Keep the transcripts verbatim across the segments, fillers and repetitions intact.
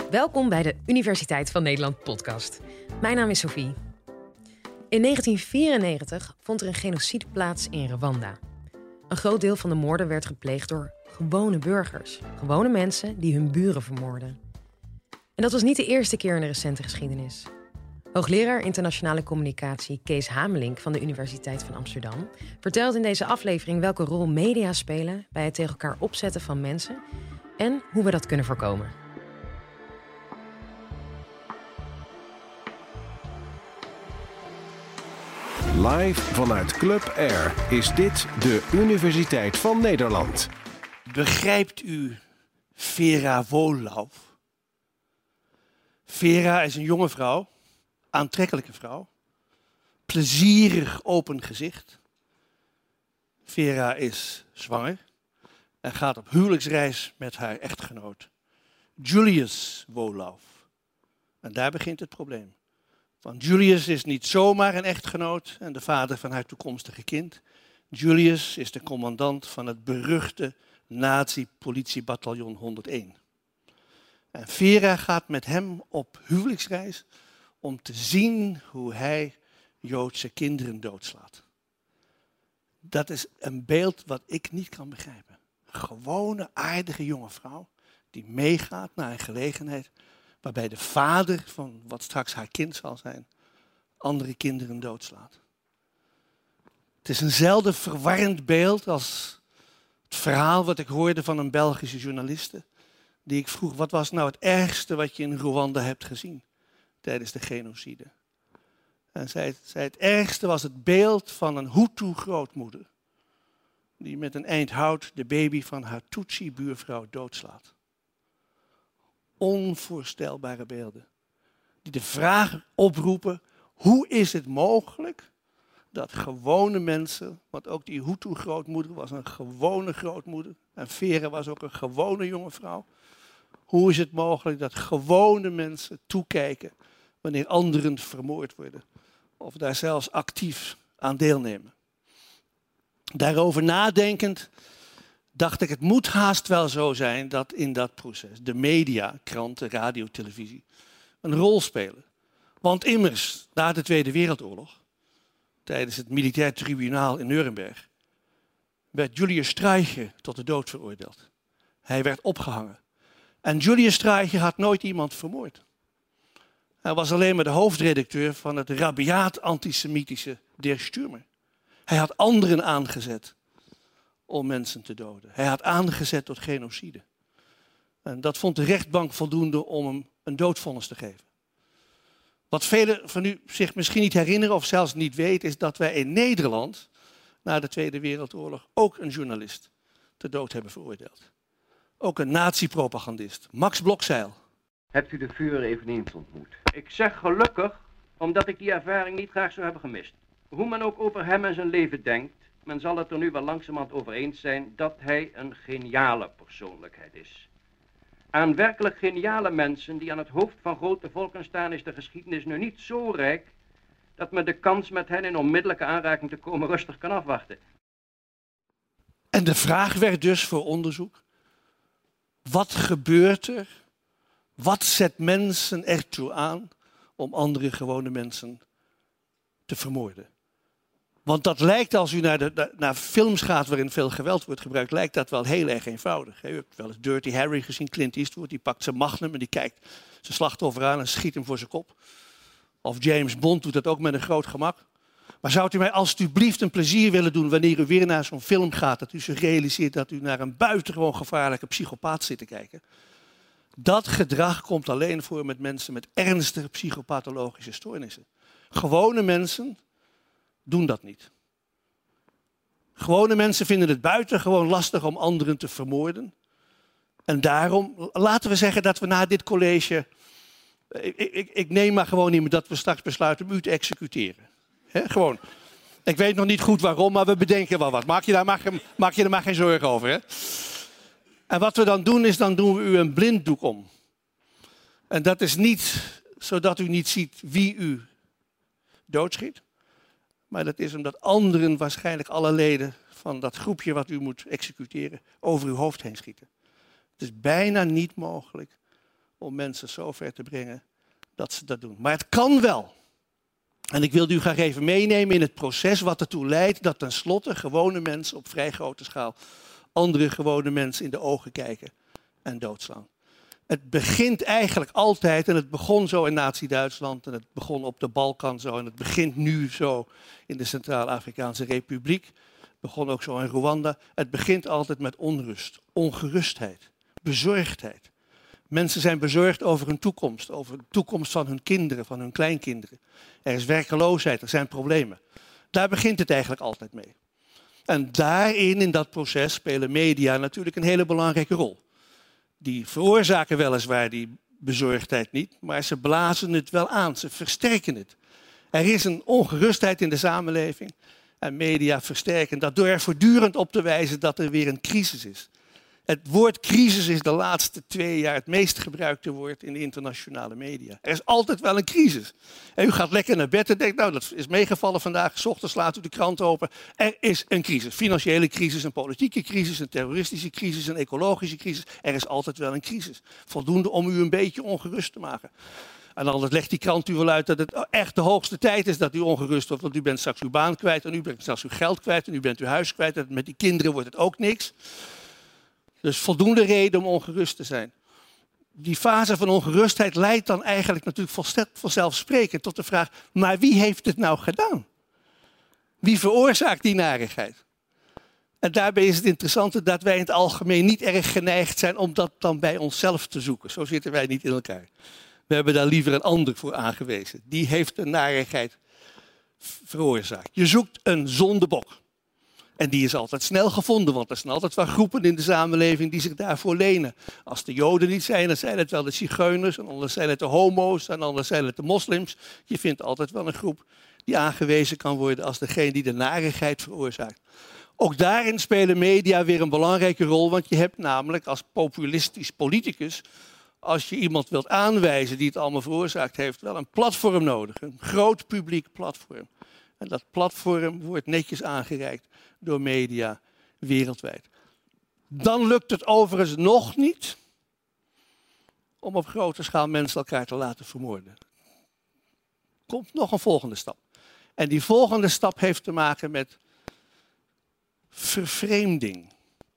Welkom bij de Universiteit van Nederland podcast. Mijn naam is Sophie. In negentien vierennegentig vond er een genocide plaats in Rwanda. Een groot deel van de moorden werd gepleegd door gewone burgers. Gewone mensen die hun buren vermoorden. En dat was niet de eerste keer in de recente geschiedenis. Hoogleraar internationale communicatie Kees Hamelink van de Universiteit van Amsterdam vertelt in deze aflevering welke rol media spelen bij het tegen elkaar opzetten van mensen en hoe we dat kunnen voorkomen. Live vanuit Club Air is dit de Universiteit van Nederland. Begrijpt u Vera Wolaf? Vera is een jonge vrouw, aantrekkelijke vrouw, plezierig open gezicht. Vera is zwanger en gaat op huwelijksreis met haar echtgenoot Julius Wolaf. En daar begint het probleem. Want Julius is niet zomaar een echtgenoot en de vader van haar toekomstige kind. Julius is de commandant van het beruchte nazi-politiebataljon honderdéén. En Vera gaat met hem op huwelijksreis om te zien hoe hij Joodse kinderen doodslaat. Dat is een beeld wat ik niet kan begrijpen. Een gewone, aardige jonge vrouw die meegaat naar een gelegenheid waarbij de vader van wat straks haar kind zal zijn, andere kinderen doodslaat. Het is eenzelfde verwarrend beeld als het verhaal wat ik hoorde van een Belgische journaliste, die ik vroeg, wat was nou het ergste wat je in Rwanda hebt gezien tijdens de genocide? En zei, zei het ergste was het beeld van een Hutu-grootmoeder, die met een eind hout de baby van haar Tutsi-buurvrouw doodslaat. Onvoorstelbare beelden. Die de vraag oproepen, hoe is het mogelijk dat gewone mensen, want ook die Hutu-grootmoeder was een gewone grootmoeder, en Vera was ook een gewone jonge vrouw. Hoe is het mogelijk dat gewone mensen toekijken wanneer anderen vermoord worden? Of daar zelfs actief aan deelnemen. Daarover nadenkend dacht ik, het moet haast wel zo zijn dat in dat proces de media, kranten, radio, televisie, een rol spelen. Want immers, na de Tweede Wereldoorlog, tijdens het militair tribunaal in Nuremberg, werd Julius Streicher tot de dood veroordeeld. Hij werd opgehangen. En Julius Streicher had nooit iemand vermoord. Hij was alleen maar de hoofdredacteur van het rabiaat antisemitische Der Stürmer. Hij had anderen aangezet om mensen te doden. Hij had aangezet tot genocide. En dat vond de rechtbank voldoende om hem een doodvonnis te geven. Wat velen van u zich misschien niet herinneren of zelfs niet weten, is dat wij in Nederland na de Tweede Wereldoorlog ook een journalist ter dood hebben veroordeeld. Ook een nazi-propagandist, Max Blokzeil. Hebt u de Führer eveneens ontmoet? Ik zeg gelukkig, omdat ik die ervaring niet graag zou hebben gemist. Hoe men ook over hem en zijn leven denkt, men zal het er nu wel langzamerhand over eens zijn dat hij een geniale persoonlijkheid is. Aan werkelijk geniale mensen die aan het hoofd van grote volken staan is de geschiedenis nu niet zo rijk dat men de kans met hen in onmiddellijke aanraking te komen rustig kan afwachten. En de vraag werd dus voor onderzoek, wat gebeurt er? Wat zet mensen ertoe aan om andere gewone mensen te vermoorden? Want dat lijkt, als u naar, de, naar films gaat waarin veel geweld wordt gebruikt, lijkt dat wel heel erg eenvoudig. U hebt wel eens Dirty Harry gezien, Clint Eastwood, die pakt zijn magnum en die kijkt zijn slachtoffer aan en schiet hem voor zijn kop. Of James Bond doet dat ook met een groot gemak. Maar zou u mij alstublieft een plezier willen doen wanneer u weer naar zo'n film gaat, dat u zich realiseert dat u naar een buitengewoon gevaarlijke psychopaat zit te kijken? Dat gedrag komt alleen voor met mensen met ernstige psychopathologische stoornissen. Gewone mensen doen dat niet. Gewone mensen vinden het buitengewoon lastig om anderen te vermoorden. En daarom, laten we zeggen dat we na dit college, ik, ik, ik neem maar gewoon niet meer dat we straks besluiten om u te executeren. He, gewoon. Ik weet nog niet goed waarom, maar we bedenken wel wat. Maak je daar maar, maak je er maar geen zorgen over. Hè? En wat we dan doen, is dan doen we u een blinddoek om. En dat is niet zodat u niet ziet wie u doodschiet. Maar dat is omdat anderen waarschijnlijk alle leden van dat groepje wat u moet executeren over uw hoofd heen schieten. Het is bijna niet mogelijk om mensen zo ver te brengen dat ze dat doen. Maar het kan wel. En ik wil u graag even meenemen in het proces wat ertoe leidt dat tenslotte gewone mensen op vrij grote schaal andere gewone mensen in de ogen kijken en doodslaan. Het begint eigenlijk altijd, en het begon zo in Nazi-Duitsland en het begon op de Balkan zo en het begint nu zo in de Centraal-Afrikaanse Republiek. Het begon ook zo in Rwanda. Het begint altijd met onrust, ongerustheid, bezorgdheid. Mensen zijn bezorgd over hun toekomst, over de toekomst van hun kinderen, van hun kleinkinderen. Er is werkeloosheid, er zijn problemen. Daar begint het eigenlijk altijd mee. En daarin, in dat proces, spelen media natuurlijk een hele belangrijke rol. Die veroorzaken weliswaar die bezorgdheid niet, maar ze blazen het wel aan, ze versterken het. Er is een ongerustheid in de samenleving en media versterken dat door er voortdurend op te wijzen dat er weer een crisis is. Het woord crisis is de laatste twee jaar het meest gebruikte woord in de internationale media. Er is altijd wel een crisis. En u gaat lekker naar bed en denkt, nou dat is meegevallen vandaag, 's ochtends slaat u de krant open. Er is een crisis. Financiële crisis, een politieke crisis, een terroristische crisis, een ecologische crisis. Er is altijd wel een crisis. Voldoende om u een beetje ongerust te maken. En dan legt die krant u wel uit dat het echt de hoogste tijd is dat u ongerust wordt. Want u bent straks uw baan kwijt en u bent straks uw geld kwijt en u bent uw huis kwijt. En met die kinderen wordt het ook niks. Dus voldoende reden om ongerust te zijn. Die fase van ongerustheid leidt dan eigenlijk natuurlijk vanzelfsprekend tot de vraag, maar wie heeft het nou gedaan? Wie veroorzaakt die narigheid? En daarbij is het interessante dat wij in het algemeen niet erg geneigd zijn om dat dan bij onszelf te zoeken. Zo zitten wij niet in elkaar. We hebben daar liever een ander voor aangewezen. Die heeft de narigheid veroorzaakt. Je zoekt een zondebok. En die is altijd snel gevonden, want er zijn altijd wel groepen in de samenleving die zich daarvoor lenen. Als de Joden niet zijn, dan zijn het wel de zigeuners, en anders zijn het de homo's, en anders zijn het de moslims. Je vindt altijd wel een groep die aangewezen kan worden als degene die de narigheid veroorzaakt. Ook daarin spelen media weer een belangrijke rol, want je hebt namelijk als populistisch politicus, als je iemand wilt aanwijzen die het allemaal veroorzaakt heeft, wel een platform nodig, een groot publiek platform. En dat platform wordt netjes aangereikt door media wereldwijd. Dan lukt het overigens nog niet om op grote schaal mensen elkaar te laten vermoorden. Komt nog een volgende stap. En die volgende stap heeft te maken met vervreemding.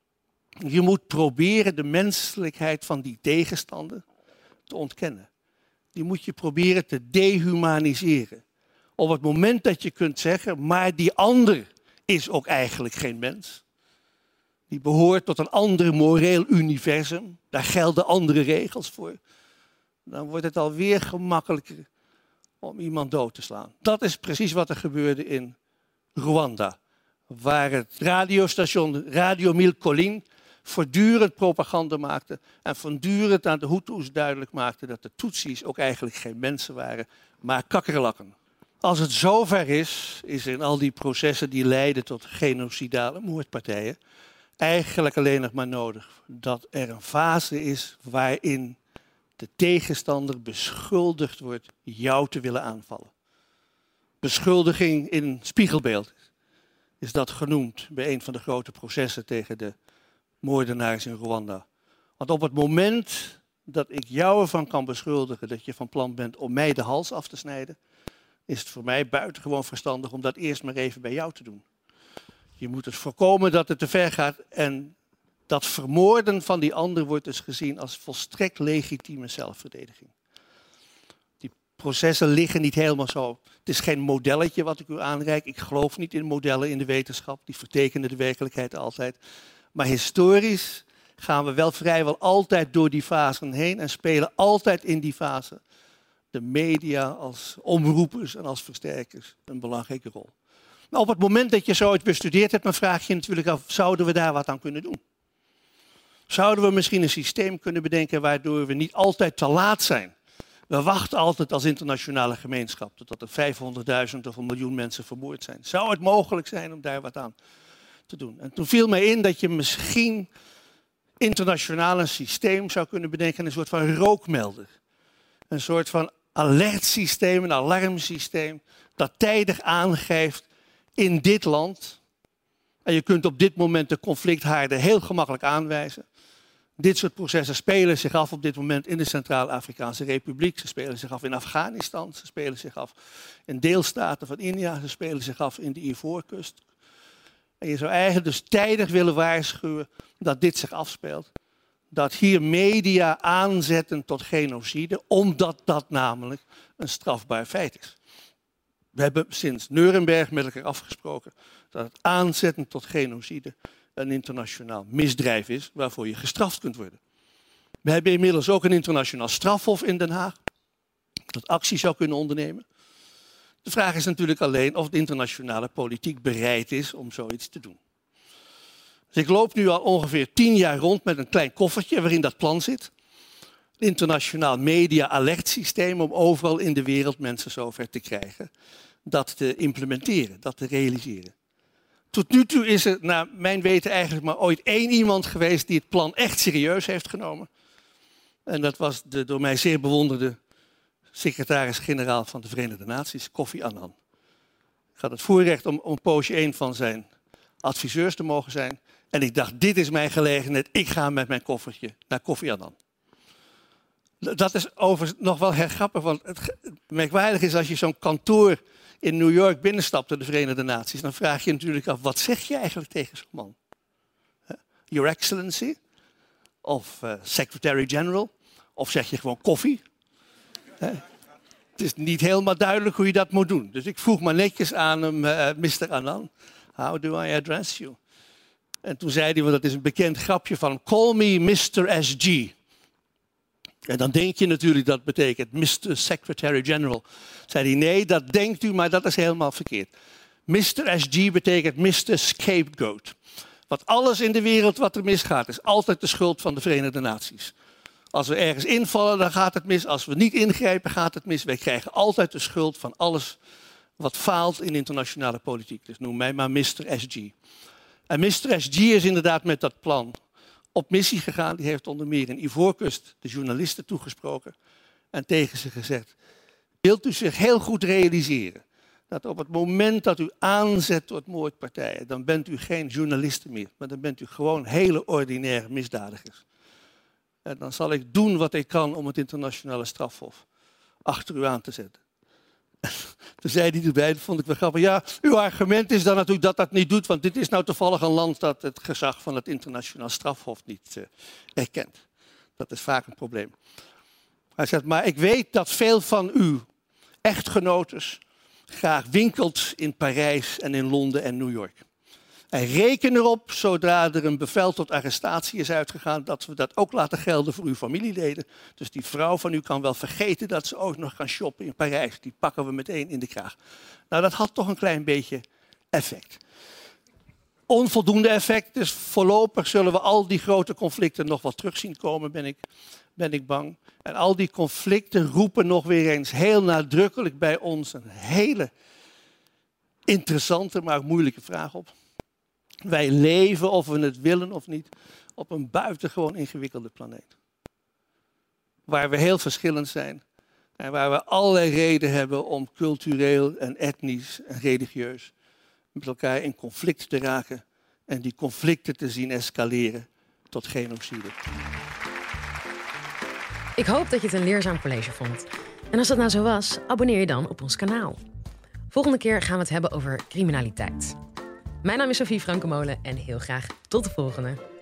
Je moet proberen de menselijkheid van die tegenstander te ontkennen. Die moet je proberen te dehumaniseren. Op het moment dat je kunt zeggen, maar die ander is ook eigenlijk geen mens. Die behoort tot een ander moreel universum. Daar gelden andere regels voor. Dan wordt het alweer gemakkelijker om iemand dood te slaan. Dat is precies wat er gebeurde in Rwanda. Waar het radiostation Radio Mille Collines voortdurend propaganda maakte en voortdurend aan de Hutus duidelijk maakte dat de Tutsis ook eigenlijk geen mensen waren, maar kakkerlakken. Als het zover is, is er in al die processen die leiden tot genocidale moordpartijen eigenlijk alleen nog maar nodig dat er een fase is waarin de tegenstander beschuldigd wordt jou te willen aanvallen. Beschuldiging in spiegelbeeld is dat genoemd bij een van de grote processen tegen de moordenaars in Rwanda. Want op het moment dat ik jou ervan kan beschuldigen dat je van plan bent om mij de hals af te snijden, is het voor mij buitengewoon verstandig om dat eerst maar even bij jou te doen. Je moet dus voorkomen dat het te ver gaat en dat vermoorden van die ander wordt dus gezien als volstrekt legitieme zelfverdediging. Die processen liggen niet helemaal zo. Het is geen modelletje wat ik u aanreik. Ik geloof niet in modellen in de wetenschap. Die vertekenen de werkelijkheid altijd. Maar historisch gaan we wel vrijwel altijd door die fasen heen en spelen altijd in die fase de media als omroepers en als versterkers een belangrijke rol. Maar op het moment dat je zoiets bestudeerd hebt, dan vraag je je natuurlijk af, zouden we daar wat aan kunnen doen? Zouden we misschien een systeem kunnen bedenken waardoor we niet altijd te laat zijn? We wachten altijd als internationale gemeenschap totdat er vijfhonderdduizend of een miljoen mensen vermoord zijn. Zou het mogelijk zijn om daar wat aan te doen? En toen viel mij in dat je misschien internationaal een systeem zou kunnen bedenken, een soort van rookmelder. Een soort van alertsysteem, een alarmsysteem dat tijdig aangeeft in dit land. En je kunt op dit moment de conflicthaarden heel gemakkelijk aanwijzen. Dit soort processen spelen zich af op dit moment in de Centraal-Afrikaanse Republiek. Ze spelen zich af in Afghanistan. Ze spelen zich af in deelstaten van India. Ze spelen zich af in de Ivoorkust. En je zou eigenlijk dus tijdig willen waarschuwen dat dit zich afspeelt. Dat hier media aanzetten tot genocide, omdat dat namelijk een strafbaar feit is. We hebben sinds Nuremberg met elkaar afgesproken dat het aanzetten tot genocide een internationaal misdrijf is waarvoor je gestraft kunt worden. We hebben inmiddels ook een internationaal strafhof in Den Haag dat actie zou kunnen ondernemen. De vraag is natuurlijk alleen of de internationale politiek bereid is om zoiets te doen. Dus ik loop nu al ongeveer tien jaar rond met een klein koffertje waarin dat plan zit. Een internationaal media-alertsysteem om overal in de wereld mensen zover te krijgen dat te implementeren, dat te realiseren. Tot nu toe is er naar mijn weten eigenlijk maar ooit één iemand geweest die het plan echt serieus heeft genomen. En dat was de door mij zeer bewonderde secretaris-generaal van de Verenigde Naties, Kofi Annan. Ik had het voorrecht om, om een poosje één van zijn adviseurs te mogen zijn. En ik dacht, dit is mijn gelegenheid, ik ga met mijn koffertje naar Kofi Annan. Dat is overigens nog wel heel grappig, want het merkwaardig is als je zo'n kantoor in New York binnenstapt door de Verenigde Naties, dan vraag je natuurlijk af, wat zeg je eigenlijk tegen zo'n man? Your Excellency? Of uh, Secretary-General? Of zeg je gewoon koffie? Het is niet helemaal duidelijk hoe je dat moet doen. Dus ik vroeg maar netjes aan hem, uh, mister Annan, how do I address you? En toen zei hij, want dat is een bekend grapje van hem, call me mister S G. En dan denk je natuurlijk dat betekent mister Secretary-General. Zei hij, nee, dat denkt u, maar dat is helemaal verkeerd. mister S G betekent mister Scapegoat. Want alles in de wereld wat er misgaat, is altijd de schuld van de Verenigde Naties. Als we ergens invallen, dan gaat het mis. Als we niet ingrijpen, gaat het mis. Wij krijgen altijd de schuld van alles wat faalt in internationale politiek. Dus noem mij maar mister S G. En mister S G is inderdaad met dat plan op missie gegaan. Die heeft onder meer in Ivoorkust de journalisten toegesproken en tegen ze gezegd, wilt u zich heel goed realiseren dat op het moment dat u aanzet tot moordpartijen, dan bent u geen journalisten meer, maar dan bent u gewoon hele ordinaire misdadigers. En dan zal ik doen wat ik kan om het internationale strafhof achter u aan te zetten. Toen zei hij erbij, dat vond ik wel grappig. Ja, uw argument is dan natuurlijk dat dat niet doet, want dit is nou toevallig een land dat het gezag van het internationaal strafhof niet uh, erkent. Dat is vaak een probleem. Hij zegt, maar ik weet dat veel van uw echtgenotes graag winkelt in Parijs en in Londen en New York. En reken erop, zodra er een bevel tot arrestatie is uitgegaan, dat we dat ook laten gelden voor uw familieleden. Dus die vrouw van u kan wel vergeten dat ze ook nog kan shoppen in Parijs. Die pakken we meteen in de kraag. Nou, dat had toch een klein beetje effect. Onvoldoende effect, dus voorlopig zullen we al die grote conflicten nog wel terug zien komen, ben ik, ben ik bang. En al die conflicten roepen nog weer eens heel nadrukkelijk bij ons een hele interessante, maar ook moeilijke vraag op. Wij leven, of we het willen of niet, op een buitengewoon ingewikkelde planeet. Waar we heel verschillend zijn en waar we allerlei reden hebben om cultureel en etnisch en religieus met elkaar in conflict te raken en die conflicten te zien escaleren tot genocide. Ik hoop dat je het een leerzaam college vond. En als dat nou zo was, abonneer je dan op ons kanaal. Volgende keer gaan we het hebben over criminaliteit. Mijn naam is Sophie Frankemolen en heel graag tot de volgende.